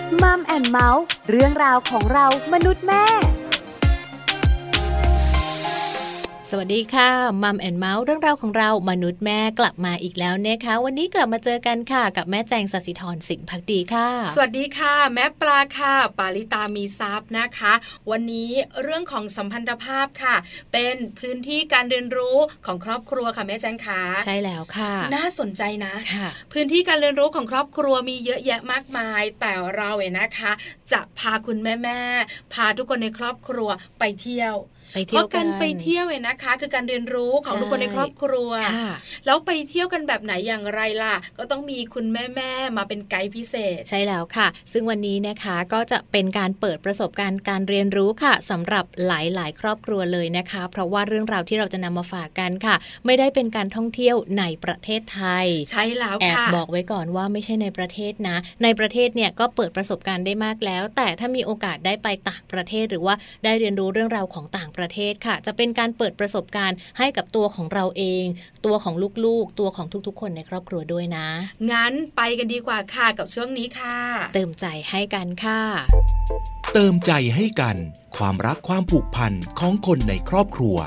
มัมแอนด์เมาส์เรื่องราวของเรามนุษย์แม่สวัสดีค่ะมัมแอนด์เมาส์เรื่องราวของเรามนุษย์แม่กลับมาอีกแล้วนะคะวันนี้กลับมาเจอกันค่ะกับแม่แจงศศิธรสินภักดีค่ะสวัสดีค่ะแม่ปลาค่ะปาริตามีทรัพย์นะคะวันนี้เรื่องของสัมพันธภาพค่ะเป็นพื้นที่การเรียนรู้ของครอบครัวค่ะแม่แจงค่ะใช่แล้วค่ะน่าสนใจนะพื้นที่การเรียนรู้ของครอบครัวมีเยอะแยะมากมายแต่เรานะคะจะพาคุณแม่พาทุกคนในครอบครัวไปเที่ยวเพราะการไปเที่ยวนะคะคือการเรียนรู้ของทุกคนในครอบครัวแล้วไปเที่ยวกันแบบไหนอย่างไรล่ะก็ต้องมีคุณแม่มาเป็นไกด์พิเศษใช่แล้วค่ะซึ่งวันนี้นะคะก็จะเป็นการเปิดประสบการณ์การเรียนรู้ค่ะสำหรับหลายๆครอบครัวเลยนะคะเพราะว่าเรื่องราวที่เราจะนำมาฝากกันค่ะไม่ได้เป็นการท่องเที่ยวในประเทศไทยใช่แล้วค่ะแอบบอกไว้ก่อนว่าไม่ใช่ในประเทศนะในประเทศเนี่ยก็เปิดประสบการณ์ได้มากแล้วแต่ถ้ามีโอกาสได้ไปต่างประเทศหรือว่าได้เรียนรู้เรื่องราวของต่างประเทศค่ะจะเป็นการเปิดประสบการณ์ให้กับตัวของเราเองตัวของลูกๆตัวของทุกๆคนในครอบครัวด้วยนะงั้นไปกันดีกว่าค่ะกับช่วงนี้ค่ะเติมใจให้กันค่ะเติมใจให้กันความรักความผูกพันของคนในครอบครัว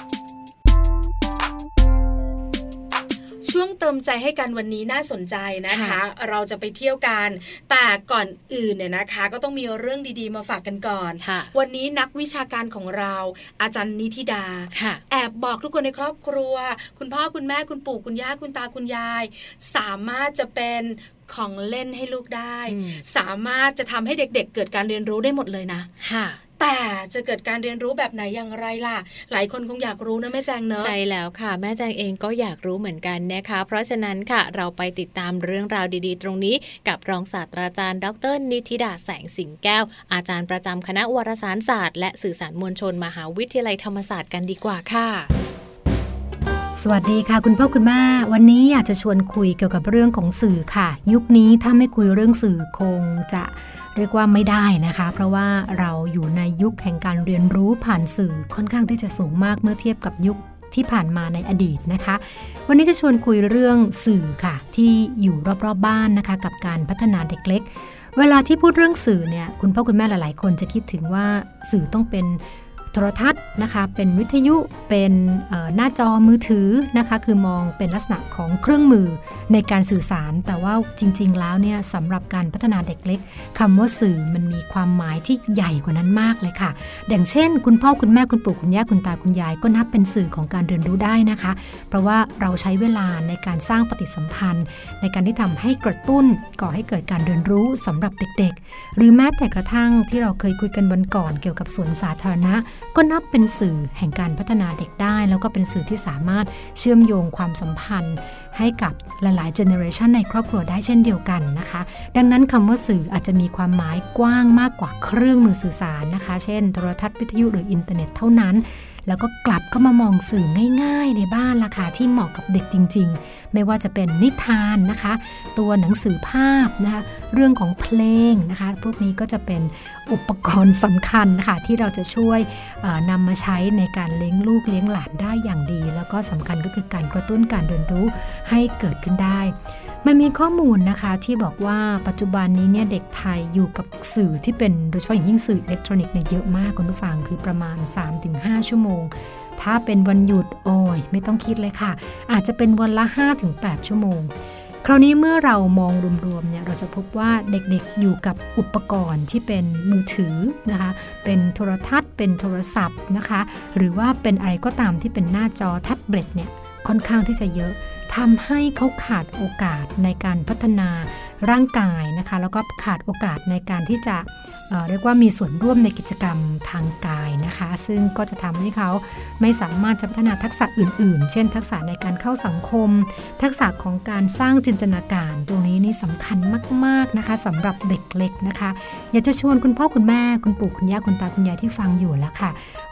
ช่วงเติมใจให้กันวันนี้น่าสนใจนะคะเราจะไปเที่ยวกันแต่ก่อนอื่นเนี่ยนะคะก็ต้องมีเรื่องดีๆมาฝากกันก่อนวันนี้นักวิชาการของเราอาจารย์นิธิดาแอบบอกทุกคนในครอบครัวคุณพ่อคุณแม่คุณปู่คุณย่าคุณตาคุณยายสามารถจะเป็นของเล่นให้ลูกได้สามารถจะทำให้เด็กๆเกิดการเรียนรู้ได้หมดเลยนะแต่จะเกิดการเรียนรู้แบบไหนอย่างไรล่ะหลายคนคงอยากรู้นะแม่แจงเนอะใช่แล้วค่ะแม่แจงเองก็อยากรู้เหมือนกันนะคะเพราะฉะนั้นค่ะเราไปติดตามเรื่องราวดีๆตรงนี้กับรองศาสตราจารย์ดร.นิธิดาแสงสิงแก้วอาจารย์ประจำคณะวารสารศาสตร์และสื่อสารมวลชนมหาวิทยาลัยธรรมศาสตร์กันดีกว่าค่ะสวัสดีค่ะคุณพ่อคุณแม่วันนี้อยากจะชวนคุยเกี่ยวกับเรื่องของสื่อค่ะยุคนี้ถ้าไม่คุยเรื่องสื่อคงจะเรียกว่าไม่ได้นะคะเพราะว่าเราอยู่ในยุคแห่งการเรียนรู้ผ่านสื่อค่อนข้างที่จะสูงมากเมื่อเทียบกับยุคที่ผ่านมาในอดีตนะคะวันนี้จะชวนคุยเรื่องสื่อค่ะที่อยู่รอบๆบ้านนะคะกับการพัฒนาเด็กเล็กเวลาที่พูดเรื่องสื่อเนี่ยคุณพ่อคุณแม่หลายๆคนจะคิดถึงว่าสื่อต้องเป็นโทรทัศน์นะคะเป็นวิทยุเป็นหน้าจอมือถือนะคะคือมองเป็นลักษณะของเครื่องมือในการสื่อสารแต่ว่าจริงๆแล้วเนี่ยสำหรับการพัฒนาเด็กเล็กคำว่าสื่อมันมีความหมายที่ใหญ่กว่านั้นมากเลยค่ะอย่างเช่นคุณพ่อคุณแม่คุณปู่คุณย่าคุณตาคุณยายก็นับเป็นสื่อของการเรียนรู้ได้นะคะเพราะว่าเราใช้เวลาในการสร้างปฏิสัมพันธ์ในการที่ทำให้กระตุ้นก่อให้เกิดการเรียนรู้สำหรับเด็กๆหรือแม้แต่กระทั่งที่เราเคยคุยกันวันก่อนเกี่ยวกับสวนสาธารณะก็นับเป็นสื่อแห่งการพัฒนาเด็กได้แล้วก็เป็นสื่อที่สามารถเชื่อมโยงความสัมพันธ์ให้กับหลายๆเจเนอเรชันในครอบครัวได้เช่นเดียวกันนะคะดังนั้นคำว่าสื่ออาจจะมีความหมายกว้างมากกว่าเครื่องมือสื่อสารนะคะเช่นโทรทัศน์วิทยุหรืออินเทอร์เน็ตเท่านั้นแล้วก็กลับเข้ามามองสื่อง่ายๆในบ้านล่ะค่ะที่เหมาะกับเด็กจริงๆไม่ว่าจะเป็นนิทานนะคะตัวหนังสือภาพนะคะเรื่องของเพลงนะคะพวกนี้ก็จะเป็นอุปกรณ์สำคัญนะคะที่เราจะช่วยนำมาใช้ในการเลี้ยงลูกเลี้ยงหลานได้อย่างดีแล้วก็สำคัญก็คือการกระตุ้นการเรียนรู้ให้เกิดขึ้นได้มันมีข้อมูลนะคะที่บอกว่าปัจจุบันนี้เนี่ยเด็กไทยอยู่กับสื่อที่เป็นโดยเฉพาะอย่างยิ่งสื่ออิเล็กทรอนิกส์เนี่ยเยอะมากคุณผู้ฟังคือประมาณ 3-5 ชั่วโมงถ้าเป็นวันหยุดโอ้ยไม่ต้องคิดเลยค่ะอาจจะเป็นวันละ 5-8 ชั่วโมงคราวนี้เมื่อเรามองรวมๆเนี่ยเราจะพบว่าเด็กๆอยู่กับอุปกรณ์ที่เป็นมือถือนะคะเป็นโทรทัศน์เป็นโทรศัพท์นะคะหรือว่าเป็นอะไรก็ตามที่เป็นหน้าจอแท็บเล็ตเนี่ยค่อนข้างที่จะเยอะทำให้เขาขาดโอกาสในการพัฒนาร่างกายนะคะแล้วก็ขาดโอกาสในการที่จะเรียกว่ามีส่วนร่วมในกิจกรรมทางกายนะคะซึ่งก็จะทำให้เขาไม่สามารถจะพัฒนาทักษะอื่นๆเช่นทักษะในการเข้าสังคมทักษะของการสร้างจินตนาการตรงนี้นี่สำคัญมากๆนะคะสำหรับเด็กเล็กนะคะอยากจะชวนคุณพ่อคุณแม่คุณปู่คุณย่าคุณตาคุณยายที่ฟังอยู่แล้วค่ะ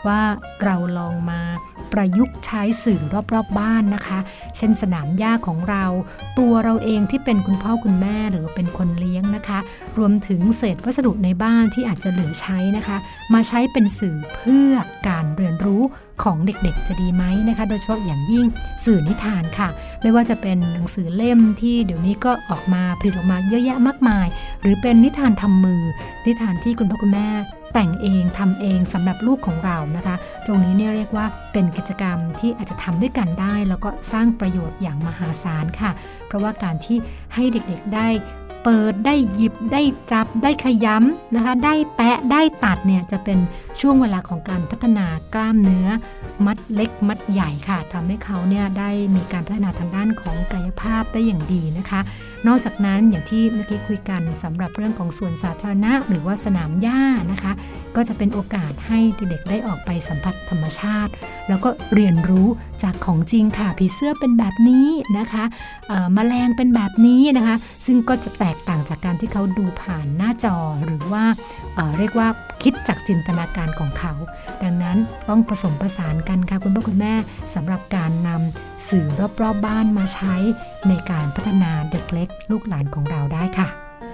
ว่าเราลองมาประยุกต์ใช้สื่อรอบๆบ้านนะคะเช่นสนามหญ้าของเราตัวเราเองที่เป็นคุณพ่อคุณแม่หรือเป็นคนเลี้ยงนะคะรวมถึงเศษวัสดุในบ้านที่อาจจะเหลือใช้นะคะมาใช้เป็นสื่อเพื่อการเรียนรู้ของเด็กๆจะดีไหมนะคะโดยเฉพาะอย่างยิ่งสื่อนิทานค่ะไม่ว่าจะเป็นหนังสือเล่มที่เดี๋ยวนี้ก็ออกมาผลิตออกมาเยอะแยะมากมายหรือเป็นนิทานทำมือนิทานที่คุณพ่อคุณแม่แต่งเองทำเองสำหรับลูกของเรานะคะตรงนี้เนี่ยเรียกว่าเป็นกิจกรรมที่อาจจะทำด้วยกันได้แล้วก็สร้างประโยชน์อย่างมหาศาลค่ะเพราะว่าการที่ให้เด็กๆได้เปิดได้หยิบได้จับได้ขยำนะคะได้แปะได้ตัดเนี่ยจะเป็นช่วงเวลาของการพัฒนากล้ามเนื้อมัดเล็กมัดใหญ่ค่ะทำให้เขาเนี่ยได้มีการพัฒนาทางด้านของกายภาพได้อย่างดีนะคะนอกจากนั้นอย่างที่เมื่อกี้คุยกันสำหรับเรื่องของสวนสาธารณะหรือว่าสนามหญ้านะคะก็จะเป็นโอกาสให้เด็กๆได้ออกไปสัมผัสธรรมชาติแล้วก็เรียนรู้จากของจริงค่ะผีเสื้อเป็นแบบนี้นะคะแมลงเป็นแบบนี้นะคะซึ่งก็จะแตกต่างจากการที่เขาดูผ่านหน้าจอหรือว่าเรียกว่าคิดจากจินตนาการของเขาดังนั้นต้องผสมผสานกันค่ะคุณพ่อคุณแม่สำหรับการนำสื่อรอบๆบ้านมาใช้ในการพัฒนาเด็กเล็กลูกหลานของเราได้ค่ะ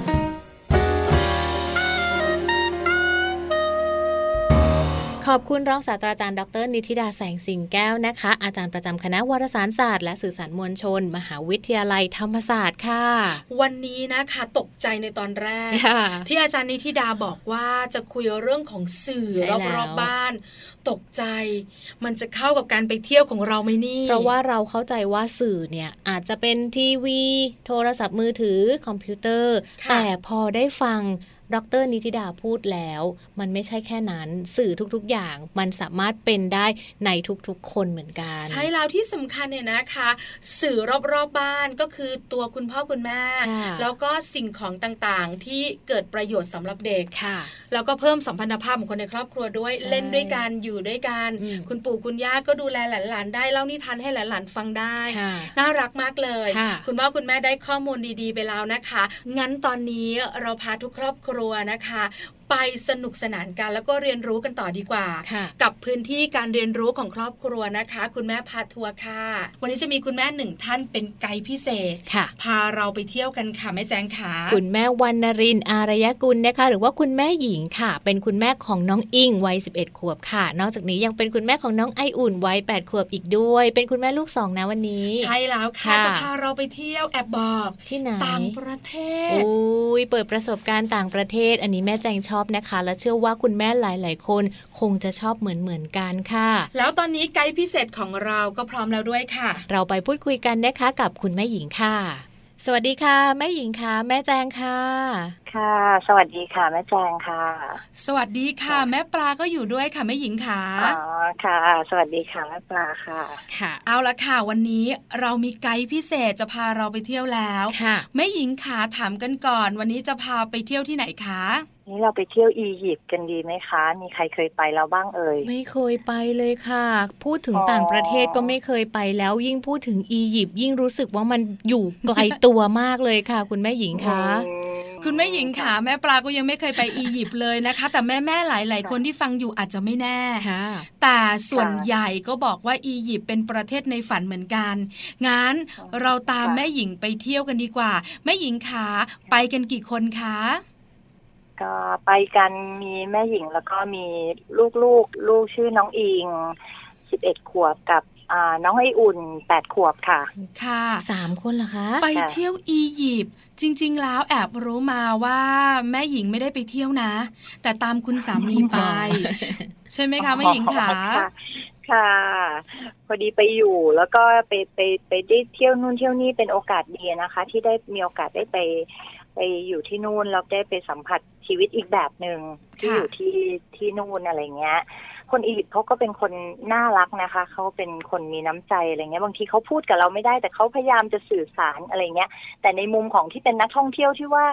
ขอบคุณรองศาสตราจารย์ดร.นิธิดาแสงสิงแก้วนะคะอาจารย์ประจำคณะวารสารศาสตร์และสื่อสารมวลชนมหาวิทยาลัยธรรมศาสตร์ค่ะวันนี้นะคะตกใจในตอนแรกที่อาจารย์นิธิดาบอกว่าจะคุยเรื่องของสื่อรอบๆบ้านตกใจมันจะเข้ากับการไปเที่ยวของเราไหมนี่เพราะว่าเราเข้าใจว่าสื่อเนี่ยอาจจะเป็นทีวีโทรศัพท์มือถือคอมพิวเตอร์แต่พอได้ฟังดร.นิธิดาพูดแล้วมันไม่ใช่แค่นั้นสื่อทุกๆอย่างมันสามารถเป็นได้ในทุกๆคนเหมือนกันใช่แล้วที่สำคัญเนี่ยนะคะสื่อรอบๆบ้านก็คือตัวคุณพ่อคุณแม่แล้วก็สิ่งของต่างๆที่เกิดประโยชน์สำหรับเด็กแล้วก็เพิ่มสัมพันธภาพของคนในครอบครัวด้วยเล่นด้วยกันอยู่ด้วยกันคุณปู่คุณย่าก็ดูแลหลานๆได้เล่านิทานให้หลานๆฟังได้น่ารักมากเลยคุณพ่อคุณแม่ได้ข้อมูลดีๆไปแล้วนะคะงั้นตอนนี้เราพาทุกครอบครัวนะคะไปสนุกสนานกันแล้วก็เรียนรู้กันต่อดีกว่ากับพื้นที่การเรียนรู้ของครอบครัวนะคะคุณแม่พาทัวร์ค่ะวันนี้จะมีคุณแม่หนึ่งท่านเป็นไกด์พิเศษพาเราไปเที่ยวกันค่ะแม่แจงค่ะคุณแม่วรรณรินทร์อารยกุลนะคะหรือว่าคุณแม่หญิงค่ะเป็นคุณแม่ของน้องอิงวัย11ขวบค่ะนอกจากนี้ยังเป็นคุณแม่ของน้องไออุ่นวัย8ขวบอีกด้วยเป็นคุณแม่ลูก2นะวันนี้ใช่แล้วค่ะจะพาเราไปเที่ยวแอบบอกที่ไหนต่างประเทศเปิดประสบการณ์ต่างประเทศอันนี้แม่แจงชอบนะคะและเชื่อว่าคุณแม่หลายๆคนคงจะชอบเหมือนกันค่ะแล้วตอนนี้ไกด์พิเศษของเราก็พร้อมแล้วด้วยค่ะเราไปพูดคุยกันนะคะกับคุณแม่หญิงค่ะสวัสดีค่ะแม่หญิงค่ะแม่แจงค่ะค่ะสวัสดีค่ะแม่แจงค่ะสวัสดีค่ะแม่ปลาก็อยู่ด้วยค่ะแม่หญิงค่ะอ๋อค่ะสวัสดีค่ะแม่ปลาค่ะค่ะเอาละค่ะวันนี้เรามีไกด์พิเศษจะพาเราไปเที่ยวแล้วแม่หญิงค่ะถามกันก่อนวันนี้จะพาไปเที่ยวที่ไหนคะนี่เราไปเที่ยวอียิปต์กันดีไหมคะมีใครเคยไปแล้วบ้างเอ่ยไม่เคยไปเลยค่ะพูดถึงต่างประเทศก็ไม่เคยไปแล้วยิ่งพูดถึงอียิปต์ยิ่งรู้สึกว่ามันอยู่ไกลตัวมากเลยค่ะคุณแม่หญิงคะคุณแม่หญิงค่ะแม่ปลาก็ยังไม่เคยไปอียิปต์เลยนะคะแต่แม่หลายๆคนที่ฟังอยู่อาจจะไม่แน่แต่ส่วนใหญ่ก็บอกว่าอียิปต์เป็นประเทศในฝันเหมือนกันงั้นเราตามแม่หญิงไปเที่ยวกันดีกว่าแม่หญิงคะไปกันกี่คนคะก็ไปกันมีแม่หญิงแล้วก็มีลูกชื่อน้องอิง11ขวบกับน้องไออุ่น8ขวบค่ะค่ะ 3คนเหรอคะไปเที่ยวอียิปต์จริงๆแล้วแอบรู้มาว่าแม่หญิงไม่ได้ไปเที่ยวนะแต่ตามคุณสามีไปใช่ไหมคะแม่หญิงคะค่ะพอดีไปอยู่แล้วก็ไปได้เที่ยวนู่นเที่ยวนี่เป็นโอกาสดีนะคะที่ได้มีโอกาสได้ไปอยู่ที่นู่นแล้วได้ไปสัมผัสชีวิตอีกแบบนึงที่อยู่ที่นู่นอะไรเงี้ยคนอียิปต์เขาก็เป็นคนน่ารักนะคะเขาเป็นคนมีน้ำใจอะไรเงี้ยบางทีเขาพูดกับเราไม่ได้แต่เขาพยายามจะสื่อสารอะไรเงี้ยแต่ในมุมของที่เป็นนักท่องเที่ยวที่ว่าเข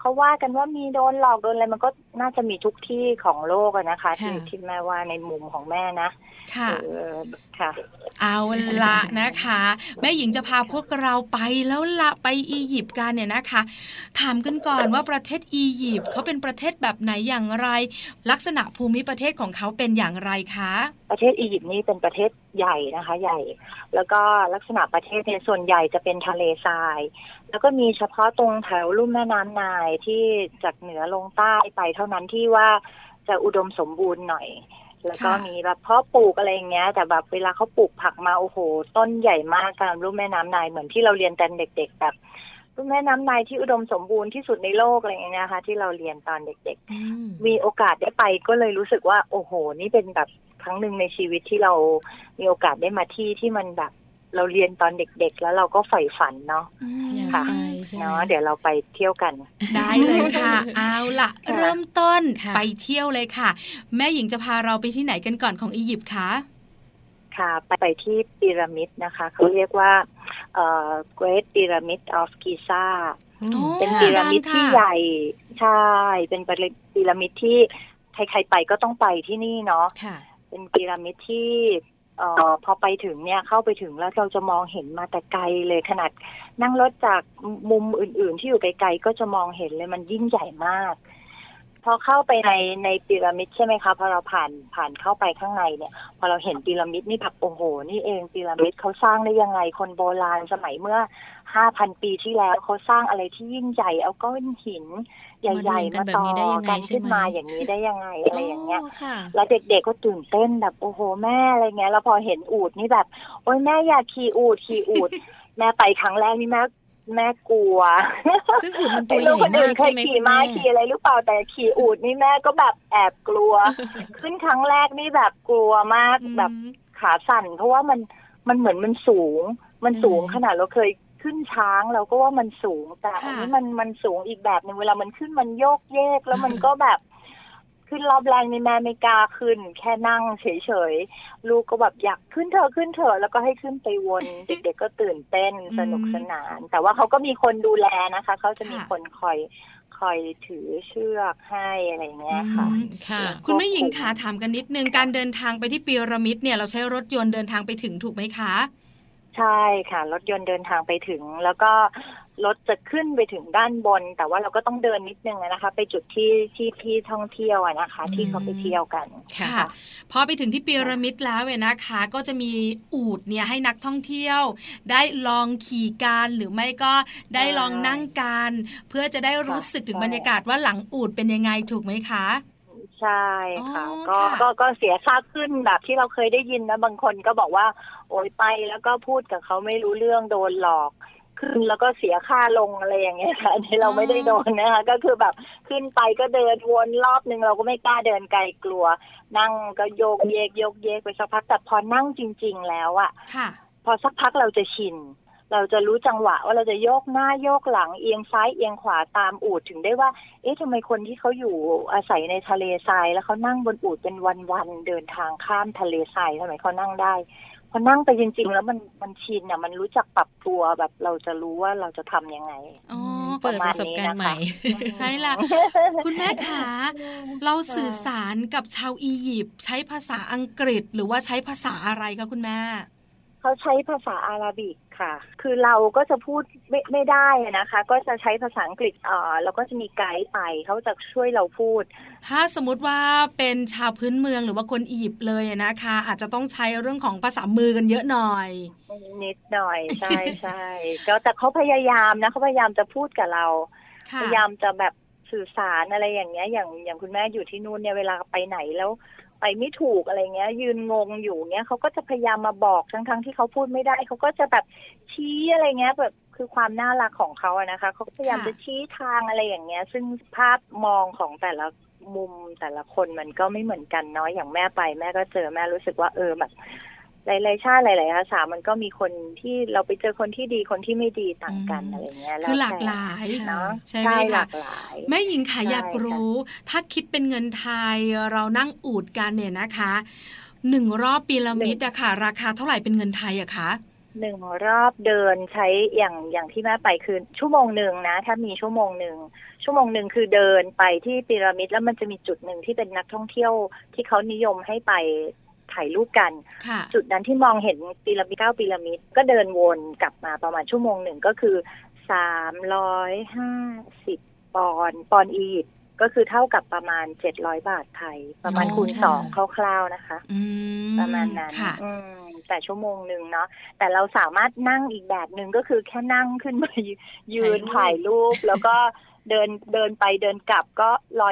เขาว่ากันว่ามีโดนหลอกโดนอะไรมันก็น่าจะมีทุกที่ของโลกนะคะที่แม่ว่าในมุมของแม่นะค่ะค่ะเอาละนะคะแม่หญิงจะพาพวกเราไปแล้วละไปอียิปต์กันเนี่ยนะคะถามกันก่อนว่าประเทศอียิปต์เขาเป็นประเทศแบบไหนอย่างไรลักษณะภูมิประเทศของเขาเป็นอย่างไรคะประเทศอียิปต์นี่เป็นประเทศใหญ่นะคะใหญ่แล้วก็ลักษณะประเทศเนี่ยส่วนใหญ่จะเป็นทะเลทรายแล้วก็มีเฉพาะตรงแถวลุ่มแม่น้ำไนล์ที่จากเหนือลงใต้ไปเท่านั้นที่ว่าจะอุดมสมบูรณ์หน่อยแล้วก็มีแบบเพาะปลูกอะไรอย่างเงี้ยแต่แบบเวลาเขาปลูกผักมาโอ้โหต้นใหญ่มากตามลุ่มแม่น้ำไนล์เหมือนที่เราเรียนตอนเด็กๆแบบลุ่มแม่น้ำไนล์ที่อุดมสมบูรณ์ที่สุดในโลกอะไรอย่างเงี้ยนะคะที่เราเรียนตอนเด็กๆมีโอกาสได้ไปก็เลยรู้สึกว่าโอ้โหนี่เป็นแบบครั้งหนึ่งในชีวิตที่เรามีโอกาสได้มาที่มันแบบเราเรียนตอนเด็กๆแล้วเราก็ใฝ่ฝันเนาะค่ะเนาะเดี๋ยวเราไปเที่ยวกันได้เลยค่ะ เอาล่ะเริ่มต้นไปเที่ยวเลยค่ะแม่หญิงจะพาเราไปที่ไหนกันก่อนของอียิปต์คะค่ะไปที่พีระมิดนะคะเขาเรียกว่าGreat Pyramid of Giza เป็นพีระมิดที่ใหญ่ใช่เป็นพีระมิดที่ใครๆไปก็ต้องไปที่นี่เนาะเป็นพีระมิดที่พอไปถึงเนี่ยเข้าไปถึงแล้วเราจะมองเห็นมาแต่ไกลเลยขนาดนั่งรถจากมุมอื่นๆที่อยู่ไกลๆก็จะมองเห็นเลยมันยิ่งใหญ่มากพอเข้าไปในพีระมิดใช่ไหมคะพอเราผ่านเข้าไปข้างในเนี่ยพอเราเห็นพีระมิดนี่แบบโอ้โหนี่เองพีระมิดเขาสร้างได้ยังไงคนโบราณสมัยเมื่อ 5,000 ปีที่แล้วเขาสร้างอะไรที่ยิ่งใหญ่เอาก้อนหินใหญ่ๆมาต่อกันขึ้นมาอย่างนี้ได้ยังไงอะไรอย่างเงี้ยแล้วเด็กๆก็ตื่นเต้นแบบโอ้โหแม่อะไรเงี้ยแล้วพอเห็นอูฐนี่แบบโอ๊ยแม่อยากขี่อูฐ แม่ไปครั้งแรกนี่แม่กลัวซึ่งอูฐมันตัวใหญ่มากใช่ไหมขี่ม้าขี่อะไรหรือเปล่าแต่ขี่อูฐนี่แม่ก็แบบแอบกลัว ขึ้นครั้งแรกนี่แบบกลัวมากแบบขาสั่นเพราะว่ามันเหมือนมันสูงขนาดเราเคยขึ้นช้างเราก็ว่ามันสูงแต่อันนี้มันสูงอีกแบบนึงเวลามันขึ้นมันโยกเยกแล้วมันก็แบบขึ้นรอบแรงในแม่ไม่กล้าขึ้นแค่นั่งเฉยๆลูกก็แบบอยากขึ้นเถอะแล้วก็ให้ขึ้นไปวนเด็กๆก็ตื่นเต้นสนุกสนานแต่ว่าเขาก็มีคนดูแลนะคะเขาจะมีคนคอยถือเชือกให้อะไรเงี้ยค่ะคุณแม่หญิงขาถามกันนิดนึงการเดินทางไปที่พีระมิดเนี่ยเราใช้รถยนต์เดินทางไปถึงถูกไหมคะใช่ค่ะรถยนต์เดินทางไปถึงแล้วก็รถจะขึ้นไปถึงด้านบนแต่ว่าเราก็ต้องเดินนิดนึงนะคะไปจุดที่ท่องเที่ยวนะคะที่เขาไปเที่ยวกันค่ะพอไปถึงที่พีระมิดแล้วเนี่ยนะคะก็จะมีอูฐเนี่ยให้นักท่องเที่ยวได้ลองขี่กันหรือไม่ก็ได้ลองนั่งกันเพื่อจะได้รู้สึกถึงบรรยากาศว่าหลังอูฐเป็นยังไงถูกไหมคะใช่ค่ะก็เสียค่าขึ้นแบบที่เราเคยได้ยินนะบางคนก็บอกว่าโอยไปแล้วก็พูดกับเขาไม่รู้เรื่องโดนหลอกขึ้นแล้วก็เสียค่าลงอะไรอย่างเงี้ยค่ะที่เราไม่ได้โดนนะคะก็คือแบบขึ้นไปก็เดินวนรอบนึงเราก็ไม่กล้าเดินไกลกลัวนั่งก็โยกเยกไปสักพักแต่พอนั่งจริงๆแล้วอ่ะพอสักพักเราจะชินเราจะรู้จังหวะว่าเราจะโยกหน้าโยกหลังเอียงซ้ายเอียงขวาตามอูฐถึงได้ว่าเอ๊ะทำไมคนที่เขาอยู่อาศัยในทะเลทรายแล้วเขานั่งบนอูฐเป็นวันๆเดินทางข้ามทะเลทรายทำไมเขานั่งได้พอนั่งไปจริงๆแล้วมันชินอ่ะมันรู้จักปรับตัวแบบเราจะรู้ว่าเราจะทำยังไงเปิดประสบการณ์ใหม่ใช่ละคุณแม่คะเราสื่อสารกับชาวอียิปต์ใช้ภาษาอังกฤษหรือว่าใช้ภาษาอะไรคะคุณแม่เขาใช้ภาษาอาหรับิกค่ะคือเราก็จะพูดไม่ได้นะคะก็จะใช้ภาษาอังกฤษแล้วก็จะมีไกด์ไปเขาจะช่วยเราพูดถ้าสมมติว่าเป็นชาวพื้นเมืองหรือว่าคนอียิปต์เลยนะคะอาจจะต้องใช้เรื่องของภาษามือกันเยอะหน่อยนิดหน่อยใช่ก็แต่เขาพยายามนะเขาพยายามจะพูดกับเราพยายามจะแบบสื่อสารอะไรอย่างเงี้ยอย่างคุณแม่อยู่ที่นู่นเนี่ยเวลาไปไหนแล้วไปไม่ถูกอะไรเงี้ยยืนงงอยู่เงี้ยเขาก็จะพยายามมาบอกทั้งที่เขาพูดไม่ได้เขาก็จะแบบชี้อะไรเงี้ยแบบคือความน่ารักของเขาอะนะคะเขาพยายามจะชี้ทางอะไรอย่างเงี้ยซึ่งภาพมองของแต่ละมุมแต่ละคนมันก็ไม่เหมือนกันเนาะอย่างแม่ไปแม่ก็เจอแม่รู้สึกว่าแบบหลายๆชาติหลายๆภาษามันก็มีคนที่เราไปเจอคนที่ดีคนที่ไม่ดีต่างกันอะไรเงี้ยคือหลากหลายเนาะใช่ไหมคะแม่หญิงค่ะอยากรู้ถ้าคิดเป็นเงินไทยเรานั่งอูฐกันเนี่ยนะคะ1รอบพีระมิดอะค่ะราคาเท่าไหร่เป็นเงินไทยอะคะ 1รอบเดินใช้อย่างที่แม่ไปคือชั่วโมงนึงนะถ้ามีชั่วโมงนึงชั่วโมงหนึ่งคือเดินไปที่พีระมิดแล้วมันจะมีจุดหนึ่งที่เป็นนักท่องเที่ยวที่เขานิยมให้ไปถ่ายรูปกันจุดนั้นที่มองเห็นพีระมิด9พีระมิดก็เดินวนกลับมาประมาณชั่วโมงหนึ่งก็คือ350ปอนด์อียิปต์ก็คือเท่ากับประมาณ700 บาทไทยประมาณคูณ2คร่าวๆนะคะประมาณนั้นแต่ชั่วโมงหนึ่งเนาะแต่เราสามารถนั่งอีกแบบหนึ่งก็คือแค่นั่งขึ้นมายืนถ่ายรูปแล้วก็เดินไปเดินกลับก็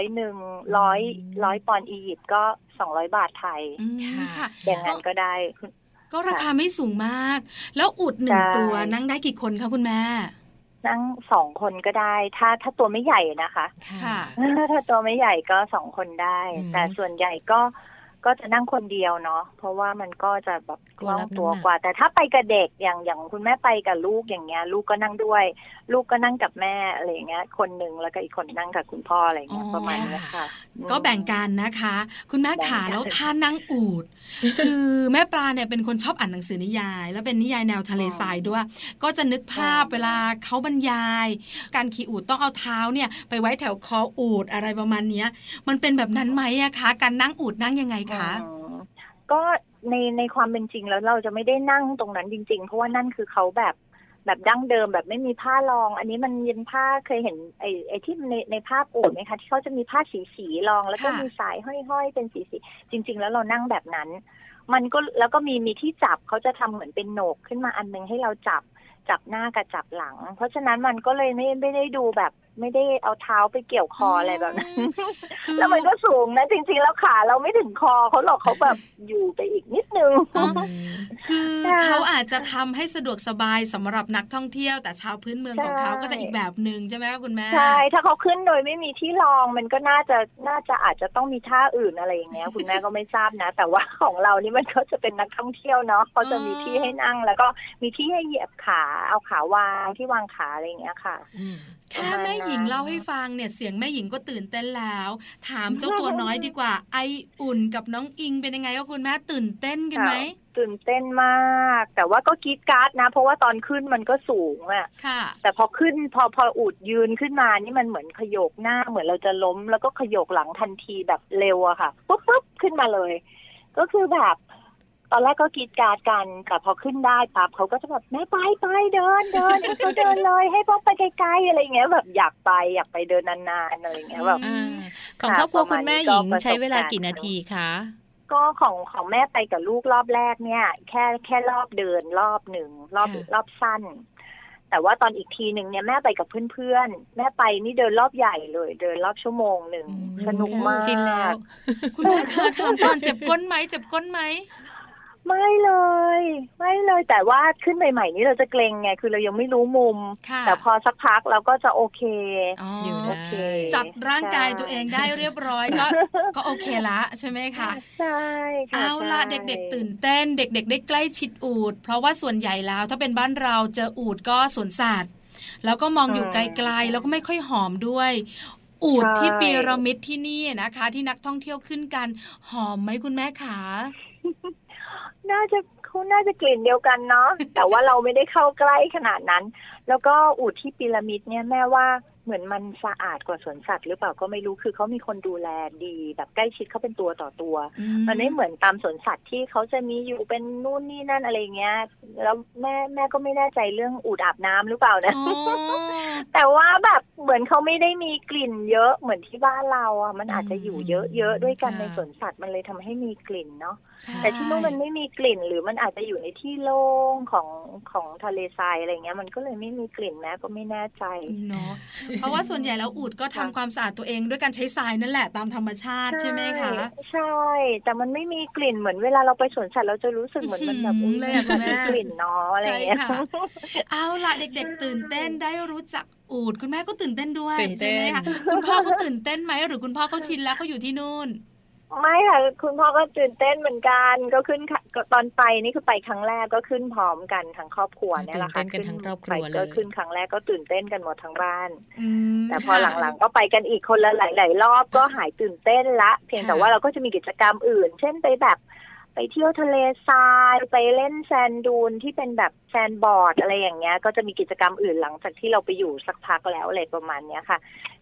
100 ปอนด์อียิปต์ก็200 บาทไทยอย่างนั้นก็ได้ก็ราคาไม่สูงมากแล้วอูฐ1ตัวนั่งได้กี่คนคะคุณแม่นั่ง2 คนก็ได้ถ้าตัวไม่ใหญ่นะคะค่ะถ้าตัวไม่ใหญ่ก็2 คนได้แต่ส่วนใหญ่ก็จะนั่งคนเดียวเนาะเพราะว่ามันก็จะแบบกว้างตัวกว่าแต่ถ้าไปกับเด็กอย่างคุณแม่ไปกับลูกอย่างเงี้ยลูกก็นั่งด้วยลูกก็นั่งกับแม่อะไรอย่างเงี้ยคนนึงแล้วก็อีกคนนั่งกับคุณพ่ออะไรเงี้ยประมาณนี้ค่ะก็แบ่งกันนะคะคุณแม่ขาแล้วท่านั่งอูฐคือแม่ปลาเนี่ยเป็นคนชอบอ่านหนังสือนิยายแล้วเป็นนิยายแนวทะเลทรายด้วยก็จะนึกภาพเวลาเขาบรรยายการขี่อูฐต้องเอาเท้าเนี่ยไปไว้แถวคออูฐอะไรประมาณนี้มันเป็นแบบนั้นไหมอะคะการนั่งอูฐนั่งยังไงก็ในความเป็นจริงแล้วเราจะไม่ได้นั่งตรงนั้นจริงๆเพราะว่านั่นคือเขาแบบดั้งเดิมแบบไม่มีผ้ารองอันนี้มันเย็นผ้าเคยเห็นไอ้ที่ในภาพอูฐไหมคะที่เขาจะมีผ้าสีรองแล้วก็มีสายห้อยๆเป็นสีจริงๆแล้วเรานั่งแบบนั้นมันก็แล้วก็มีที่จับเขาจะทำเหมือนเป็นโหนกขึ้นมาอันนึงให้เราจับหน้ากับจับหลังเพราะฉะนั้นมันก็เลยไม่ได้ดูแบบไม่ได้เอาเท้าไปเกี่ยวคออะไรแบบนั้นแล้วมันก็สูงนะจริงๆแล้วขาเราไม่ถึงคอเขาหรอกเขาแบบอยู่ไปอีกนิดนึงคือเขาอาจจะทำให้สะดวกสบายสำหรับนักท่องเที่ยวแต่ชาวพื้นเมืองของเขาก็จะอีกแบบนึงใช่ไหมคะคุณแม่ใช่ถ้าเขาขึ้นโดยไม่มีที่รองมันก็น่าจะอาจจะต้องมีท่าอื่นอะไรอย่างเงี้ยคุณแม่ก็ไม่ทราบนะแต่ว่าของเรานี่มันก็จะเป็นนักท่องเที่ยวเนาะเขาจะมีที่ให้นั่งแล้วก็มีที่ให้เหยียบขาเอาขาวางที่วางขาอะไรอย่างเงี้ยค่ะแค่แม่หญิงเล่าให้ฟังเนี่ยเสียงแม่หญิงก็ตื่นเต้นแล้วถามเจ้าตัวน้อยดีกว่าไออุ่นกับน้องอิงเป็นยังไงก็คุณแม่ตื่นเต้นกันไหมตื่นเต้นมากแต่ว่าก็กรี๊ดกราดนะเพราะว่าตอนขึ้นมันก็สูงอ่ะแต่พอขึ้นพออูฐยืนขึ้นมานี่มันเหมือนขยโกหน้าเหมือนเราจะล้มแล้วก็ขยโกหลังทันทีแบบเร็วอะค่ะปุ๊บขึ้นมาเลยก็คือแบบตอนแรกก็กรี๊ดกราดกันแต่พอขึ้นได้ปั๊บเขาก็จะแบบแม่ไปเดินให้เขาเดินเลยให้พวกไปไกลๆอะไรเงี้ยแบบอยากไปเดินนานๆอะไรเงี้ยแบบของครอบครัวคุณแม่หญิงใช้เวลากี่นาทีคะก็ของแม่ไปกับลูกรอบแรกเนี่ยแค่รอบเดินรอบหนึ่งรอบสั้นแต่ว่าตอนอีกทีนึงเนี่ยแม่ไปกับเพื่อนๆแม่ไปนี่เดินรอบใหญ่เลยเดินรอบชั่วโมงนึงสนุกมากชินแล้วคุณแม่คะถามก่อนเจ็บก้นไหมไม่เลยแต่ว่าขึ้นใหม่ๆนี่เราจะเกรงไงคือเรายังไม่รู้มุมแต่พอสักพักเราก็จะโอเคโอเคจัดร่างกายตัวเองได้เรียบร้อยก็โอเคละใช่ไหมคะใช่ค่ะเอาล่ะเด็กๆตื่นเต้นเด็กๆได้ใกล้ชิดอูฐเพราะว่าส่วนใหญ่แล้วถ้าเป็นบ้านเราเจออูฐก็สวนสัตว์แล้วก็มองอยู่ไกลๆแล้วก็ไม่ค่อยหอมด้วยอูฐที่พีระมิดที่นี่นะคะที่นักท่องเที่ยวขึ้นกันหอมไหมคุณแม่ขาน่าจะกลิ่นเดียวกันเนาะ แต่ว่าเราไม่ได้เข้าใกล้ขนาดนั้นแล้วก็อูฐที่พีระมิดเนี่ยแม่ว่าเหมือนมันสะอาดกว่าสวนสัตว์หรือเปล่าก็ไม่รู้คือเขามีคนดูแลดีแบบใกล้ชิดเขาเป็นตัวต่อตัวมันไม่เหมือนตามสวนสัตว์ที่เขาจะมีอยู่เป็นนู่นนี่นั่นอะไรเงี้ยแล้วแม่ก็ไม่แน่ใจเรื่องอูฐอาบน้ำหรือเปล่านะ แต่ว่าแบบเหมือนเขาไม่ได้มีกลิ่นเยอะเหมือนที่บ้านเราอ่ะมันอาจจะอยู่เยอะๆด้วยกันในสวนสัตว์มันเลยทำให้มีกลิ่นเนาะแต่ที่นู่นมันไม่มีกลิ่นหรือมันอาจจะอยู่ในที่โล่งของทะเลทรายอะไรเงี้ยมันก็เลยไม่มีกลิ่นแม่ก็ไม่แน่ใจเนาะเพราะว่าส่วนใหญ่แล้วอูฐก็ทำความสะอาดตัวเองด้วยการใช้ทรายนั่นแหละตามธรรมชาติใช่ไหมคะใช่แต่มันไม่มีกลิ่นเหมือนเวลาเราไปสวนสัตว์เราจะรู้สึกเหมือนมันแบบเลยมีกลิ่นเนาะอะไรอย่างเงี้ยเอาล่ะเด็กๆตื่นเต้นได้รู้จักอูฐคุณแม่ก็ตื่นเต้นด้วยใช่ไหมคะคุณพ่อเขาตื่นเต้นไหมหรือคุณพ่อเขาชินแล้วเขาอยู่ที่นู่นไม่ค่ะคุณพ่อก็ตื่นเต้นเหมือนกันก็ขึ้นตอนไปนี่คือไปครั้งแรกก็ขึ้นพร้อมกันทั้งครอบครัวเนี่ยแหละค่ะตื่นเต้นกันทั้งครอบครัวเลยก็ขึ้นครั้งแรกก็ตื่นเต้นกันหมดทั้งบ้านแต่พอหลังๆก็ไปกันอีกคนละหลายๆรอบก็หายตื่นเต้นละเพียงแต่ว่าเราก็จะมีกิจกรรมอื่นเช่นไปแบบไปเที่ยวทะเลทรายไปเล่นแซนดูนที่เป็นแบบแซนบอร์ดอะไรอย่างเงี้ยก็จะมีกิจกรรมอื่นหลังจากที่เราไปอยู่สักพักแล้วอะไรประมาณเนี้ยค่ะ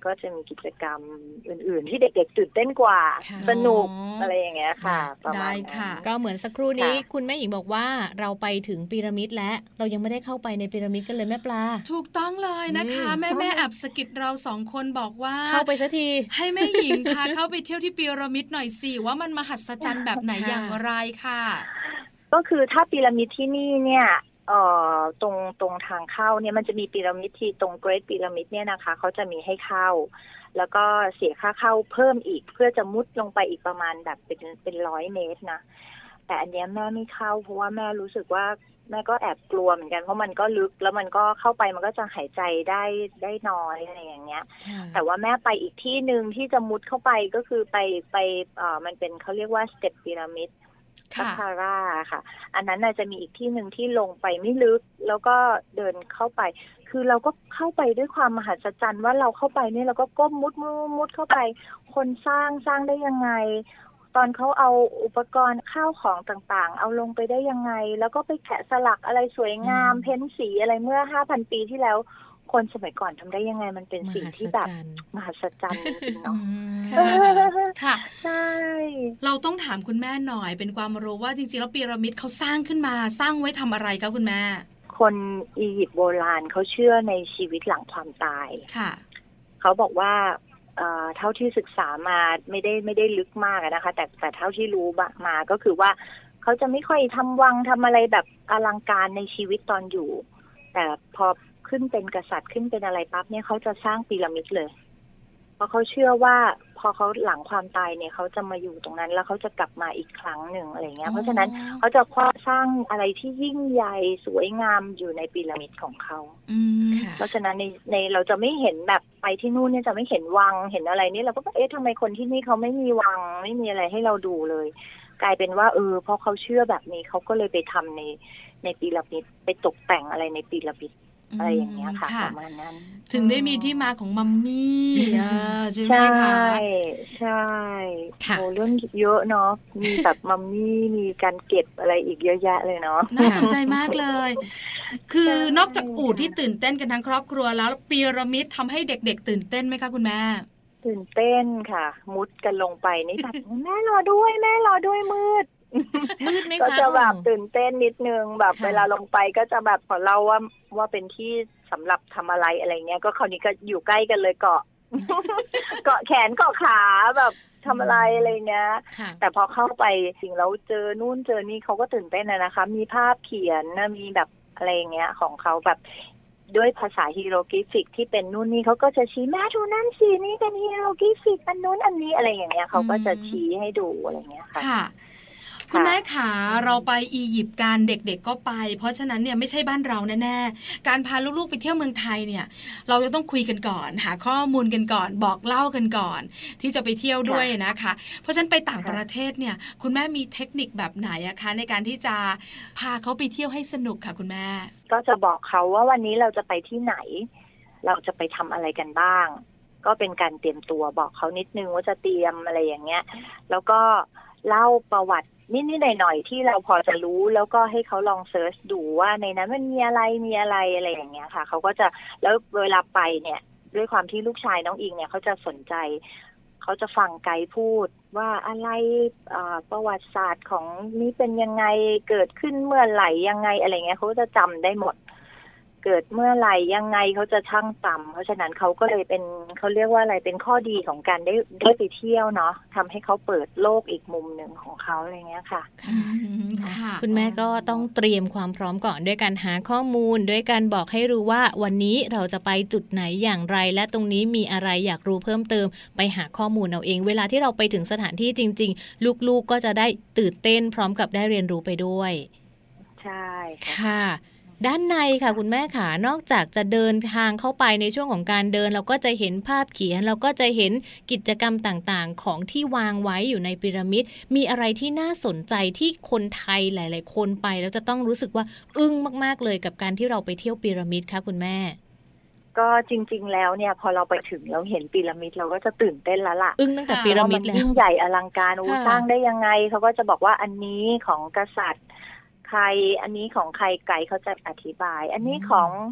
ก็จะมีกิจกรรมอื่นๆที่เด็กๆตื่นเต้นกว่าสนุกอะไรอย่างเงี้ยค่ะประมาณนั้นก็เหมือนสักครู่นี้คุณแม่หญิงบอกว่าเราไปถึงพีระมิดแล้วเรายังไม่ได้เข้าไปในพีระมิดกันเลยแม่ปลาถูกต้องเลยนะคะแม่แอบสะกิดเรา2คนบอกว่าเข้าไปสักทีให้แม่หญิงพาเข้าไปเที่ยวที่พีระมิดหน่อยสิว่ามันมหัศจรรย์แบบไหนอย่างไรค่ะก็คือถ้าพีระมิดที่นี่เนี่ยตรงทางเข้าเนี่ยมันจะมีพีระมิดที่ตรงเกรทพีระมิดเนี่ยนะคะเขาจะมีให้เข้าแล้วก็เสียค่าเข้าเพิ่มอีกเพื่อจะมุดลงไปอีกประมาณแบบเป็น100 เมตรนะแต่อันนี้แม่ไม่เข้าเพราะว่าแม่รู้สึกว่าแม่ก็แอบกลัวเหมือนกันเพราะมันก็ลึกแล้วมันก็เข้าไปมันก็จะหายใจได้น้อยอะไรอย่างเงี้ยแต่ว่าแม่ไปอีกที่นึงที่จะมุดเข้าไปก็คือไปมันเป็นเขาเรียกว่าสเต็ปพีระมิดซักคาร่าค่ะอันนั้นน่าจะมีอีกที่หนึ่งที่ลงไปไม่ลึกแล้วก็เดินเข้าไปคือเราก็เข้าไปด้วยความมหัศจรรย์ว่าเราเข้าไปเนี่ยเราก็ก้มมุดเข้าไปคนสร้างได้ยังไงตอนเขาเอาอุปกรณ์ข้าวของต่างๆเอาลงไปได้ยังไงแล้วก็ไปแกะสลักอะไรสวยงามเพ้นสีอะไรเมื่อ 5,000 ปีที่แล้วคนสมัยก่อนทำได้ยังไงมันเป็นสิ่งที่แบบมหัศจรรย์จริงๆเนาะค่ะใช่เราต้องถามคุณแม่หน่อยเป็นความรู้ว่าจริงๆแล้วพีระมิดเขาสร้างขึ้นมาสร้างไว้ทำอะไรคะคุณแม่คนอียิปต์โบราณเขาเชื่อในชีวิตหลังความตายค่ะเขาบอกว่าเท่าที่ศึกษามาไม่ได้ลึกมากนะคะแต่เท่าที่รู้มาก็คือว่าเขาจะไม่ค่อยทำวังทำอะไรแบบอลังการในชีวิตตอนอยู่แต่พอขึ้นเป็นกษัตริย์ขึ้นเป็นอะไรปั๊บเนี่ยเขาจะสร้างพีระมิดเลยเพราะเขาเชื่อว่าพอเขาหลังความตายเนี่ยเขาจะมาอยู่ตรงนั้นแล้วเขาจะกลับมาอีกครั้งหนึ่งอะไรเงี้ยเพราะฉะนั้นเขาจะสร้างอะไรที่ยิ่งใหญ่สวยงามอยู่ในพีระมิดของเขาเพราะฉะนั้นในเราจะไม่เห็นแบบไปที่นู่นเนี่ยจะไม่เห็นวังเห็นอะไรนี่เราก็เอ๊ะทำไมคนที่นี่เขาไม่มีวังไม่มีอะไรให้เราดูเลยกลายเป็นว่าเพราะเขาเชื่อแบบนี้เขาก็เลยไปทำในพีระมิดไปตกแต่งอะไรในพีระมิดอะไรอย่างเงี้ยค่ะประมาณนั้นถึงได้มีที่มาของมัมมี่ใช่ไหมคะใช่โอ้เรื่องเยอะเนาะมีแบบมัมมี่มีการเก็บอะไรอีกเยอะแยะเลยเนาะน่าสนใจมากเลยคือนอกจากอู่ที่ตื่นเต้นกันทั้งครอบครัวแล้วพีระมิดทำให้เด็กๆตื่นเต้นไหมคะคุณแม่ตื่นเต้นค่ะมุดกันลงไปนี่แบบแม่รอด้วยมืดไหมคะก็จะแบบตื่นเต้นนิดนึงแบบเวลาลงไปก็จะแบบขอเล่าว่าเป็นที่สำหรับทำอะไรอะไรเงี้ยก็คราวนี้ก็อยู่ใกล้กันเลยเกาะแขนเกาะขาแบบทำอะไรอะไรเงี้ยแต่พอเข้าไปสิ่งแล้วเจอนู่นเจอนี่เขาก็ตื่นเต้นนะคะมีภาพเขียนมีแบบอะไรเงี้ยของเขาแบบด้วยภาษาฮีโรกริฟิกที่เป็นนู่นนี่เขาก็จะชี้แม่ดูนั่นสินี่เป็นฮีโรกริฟิกอันนู้นอันนี้อะไรอย่างเงี้ยเขาก็จะชี้ให้ดูอะไรเงี้ยค่ะคุณแม่ขาเราไปอียิปต์กันเด็กๆก็ไปเพราะฉะนั้นเนี่ยไม่ใช่บ้านเราแน่ๆการพาลูกๆไปเที่ยวเมืองไทยเนี่ยเราจะต้องคุยกันก่อนหาข้อมูลกันก่อนบอกเล่ากันก่อนที่จะไปเที่ยวด้วยนะคะเพราะฉะนั้นไปต่างประเทศเนี่ยคุณแม่มีเทคนิคแบบไหนอะคะในการที่จะพาเขาไปเที่ยวให้สนุกค่ะคุณแม่ก็จะบอกเขาว่าวันนี้เราจะไปที่ไหนเราจะไปทำอะไรกันบ้างก็เป็นการเตรียมตัวบอกเขานิดนึงว่าจะเตรียมอะไรอย่างเงี้ยแล้วก็เล่าประวัตินิดๆหน่อยๆที่เราพอจะรู้แล้วก็ให้เขาลองเซิร์ชดูว่าในนั้นมันมีอะไรอะไรอย่างเงี้ยค่ะเขาก็จะแล้วเวลาไปเนี่ยด้วยความที่ลูกชายน้องอิงเนี่ยเขาจะสนใจเขาจะฟังไกด์พูดว่าอะไรประวัติศาสตร์ของนี้เป็นยังไงเกิดขึ้นเมื่อไหร่ยังไงอะไรเงี้ยเขาจะจำได้หมดเกิดเมื่อไหร่ยังไงเขาจะช่างจำเพราะฉะนั้นเขาก็เลยเป็นเขาเรียกว่าอะไรเป็นข้อดีของการได้ไปเที่ยวเนาะทำให้เขาเปิดโลกอีกมุมหนึ่งของเขาอะไรเงี้ยค่ะคุณแม่ก็ต้องเตรียมความพร้อมก่อนด้วยการหาข้อมูลด้วยการบอกให้รู้ว่าวันนี้เราจะไปจุดไหนอย่างไรและตรงนี้มีอะไรอยากรู้เพิ่มเติมไปหาข้อมูลเอาเองเวลาที่เราไปถึงสถานที่จริงๆลูกๆก็จะได้ตื่นเต้นพร้อมกับได้เรียนรู้ไปด้วยใช่ค่ะด้านในค่ะคุณแม่ขานอกจากจะเดินทางเข้าไปในช่วงของการเดินเราก็จะเห็นภาพเขียนเราก็จะเห็นกิจกรรมต่างๆของที่วางไว้อยู่ในพีระมิดมีอะไรที่น่าสนใจที่คนไทยหลายๆคนไปแล้วจะต้องรู้สึกว่าอึ้งมากๆเลยกับการที่เราไปเที่ยวพีระมิดคะคุณแม่ก็จริงๆแล้วเนี่ยพอเราไปถึงแล้วเห็นพีระมิดเราก็จะตื่นเต้นแล้วล่ะอึ้งตั้งแต่พีระมิดแล้วยิ่งใหญ่อลังการสร้างได้ยังไงเขาก็จะบอกว่าอันนี้ของกษัตริย์ใครอันนี้ของใครไกด์เขาจะอธิบายอันนี้ของ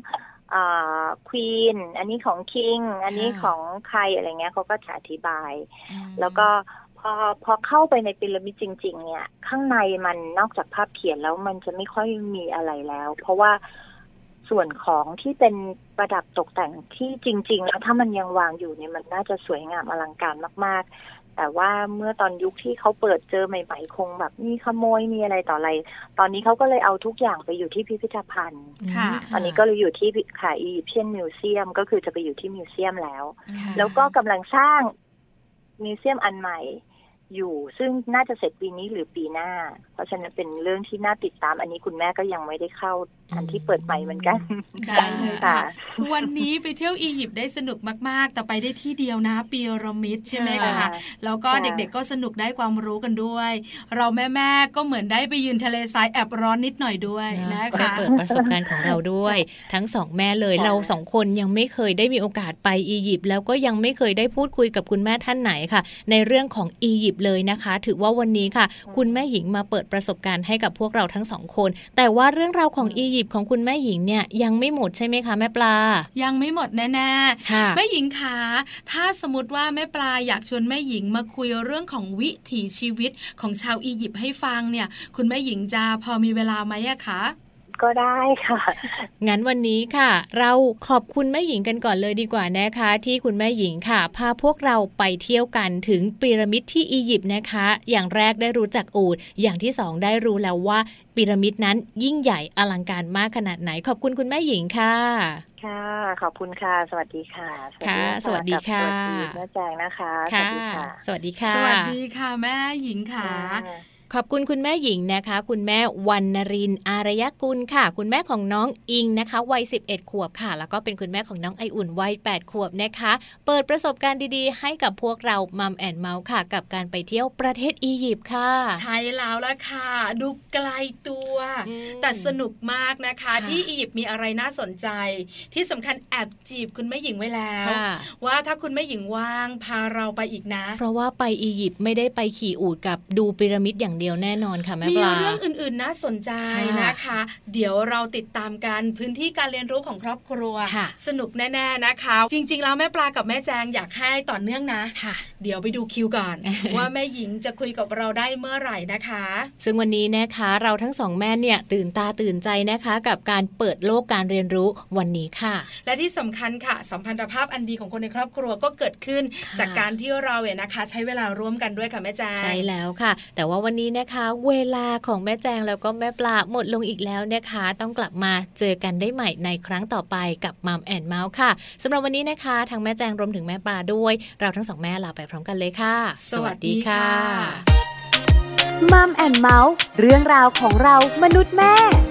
ควีนอันนี้ของคิงอันนี้ของใครอะไรเงี้ยเขาก็จะอธิบายแล้วก็พอเข้าไปในพีระมิดจริงๆเนี่ยข้างในมันนอกจากภาพเขียนแล้วมันจะไม่ค่อยมีอะไรแล้วเพราะว่าส่วนของที่เป็นประดับตกแต่งที่จริงๆแล้วถ้ามันยังวางอยู่เนี่ยมันน่าจะสวยงามอลังการมากๆแต่ว่าเมื่อตอนยุคที่เขาเปิดเจอใหม่ๆคงแบบมีขโมยมีอะไรต่ออะไรตอนนี้เขาก็เลยเอาทุกอย่างไปอยู่ที่พิพิธภัณฑ์ตอนนี้ก็เลยอยู่ที่ค่ะอียิปเชียนมิวเซียมก็คือจะไปอยู่ที่มิวเซียมแล้วก็กำลังสร้างมิวเซียมอันใหม่อยู่ซึ่งน่าจะเสร็จปีนี้หรือปีหน้าเพราะฉะนั้นเป็นเรื่องที่น่าติดตามอันนี้คุณแม่ก็ยังไม่ได้เข้าอันที่เปิดใหม่เหมือนกันได้เลยค่ะวันนี้ไปเที่ยวอียิปต์ได้สนุกมากๆแต่ไปได้ที่เดียวนะพีระมิดใช่ไหมคะแล้วก็เด็กๆก็สนุกได้ความรู้กันด้วยเราแม่ๆก็เหมือนได้ไปยืนทะเลทรายแอบร้อนนิดหน่อยด้วยนะคะเปิดประสบการณ์ของเราด้วยทั้งสองแม่เลยเราสองคนยังไม่เคยได้มีโอกาสไปอียิปต์แล้วก็ยังไม่เคยได้พูดคุยกับคุณแม่ท่านไหนค่ะในเรื่องของอียิปต์เลยนะคะถือว่าวันนี้ค่ะคุณแม่หญิงมาเปิดประสบการณ์ให้กับพวกเราทั้งสองคนแต่ว่าเรื่องราวของอียิปต์ของคุณแม่หญิงเนี่ยยังไม่หมดใช่ไหมคะแม่ปลายังไม่หมดแน่ๆแม่หญิงคะถ้าสมมติว่าแม่ปลาอยากชวนแม่หญิงมาคุยเรื่องของวิถีชีวิตของชาวอียิปต์ให้ฟังเนี่ยคุณแม่หญิงจะพอมีเวลาไหมอะคะก็ได้ค่ะงั้นวันนี้ค่ะเราขอบคุณแม่หญิงกันก่อนเลยดีกว่านะคะที่คุณแม่หญิงค่ะพาพวกเราไปเที่ยวกันถึงพีระมิดที่อียิปต์นะคะอย่างแรกได้รู้จักอูฐอย่างที่สองได้รู้แล้วว่าพีระมิดนั้นยิ่งใหญ่อลังการมากขนาดไหนขอบคุณคุณแม่หญิงค่ะค่ะขอบคุณค่ะสวัสดีค่ะค่ะสวัสดีค่ะแม่แจงนะคะสวัสดีค่ะสวัสดีค่ะสวัสดีค่ะแม่หญิงค่ะขอบคุณคุณแม่หญิงนะคะคุณแม่วรรณรินทร์อารยกุลค่ะคุณแม่ของน้องอิงนะคะวัย11ขวบค่ะแล้วก็เป็นคุณแม่ของน้องไออุ่นวัย8ขวบนะคะเปิดประสบการณ์ดีๆให้กับพวกเรามัมแอนด์เมาส์ค่ะกับการไปเที่ยวประเทศอียิปต์ค่ะใช่แล้วล่ะค่ะดูไกลตัวแต่สนุกมากนะคะที่อียิปต์มีอะไรน่าสนใจที่สำคัญแอบจีบคุณแม่หญิงไว้แล้วว่าถ้าคุณแม่หญิงว่างพาเราไปอีกนะเพราะว่าไปอียิปต์ไม่ได้ไปขี่อูฐกับดูพีระมิดอย่างเดียวแน่นอนค่ะแม่ปลามีเรื่องอื่นๆน่าสนใจนะคะเดี๋ยวเราติดตามกันพื้นที่การเรียนรู้ของครอบครัวสนุกแน่ๆนะคะจริงๆแล้วแม่ปลากับแม่แจงอยากให้ต่อเนื่องนะเดี๋ยวไปดูคิวก่อน ว่าแม่หญิงจะคุยกับเราได้เมื่อไหร่นะคะซึ่งวันนี้นะคะเราทั้งสองแม่เนี่ยตื่นตาตื่นใจนะคะกับการเปิดโลกการเรียนรู้วันนี้ค่ะและที่สำคัญค่ะสัมพันธภาพอันดีของคนในครอบครัวก็เกิดขึ้นจากการที่เราเนี่ยนะคะใช้เวลาร่วมกันด้วยค่ะแม่แจงใช่แล้วค่ะแต่ว่าวันนี้นะคะเวลาของแม่แจงแล้วก็แม่ปลาหมดลงอีกแล้วนะคะต้องกลับมาเจอกันได้ใหม่ในครั้งต่อไปกับมัมแอนด์เมาส์ค่ะสำหรับวันนี้นะคะทั้งแม่แจงรวมถึงแม่ปลาด้วยเราทั้งสองแม่ลาไปพร้อมกันเลยค่ะสวัสดีค่ะมัมแอนด์เมาส์เรื่องราวของเรามนุษย์แม่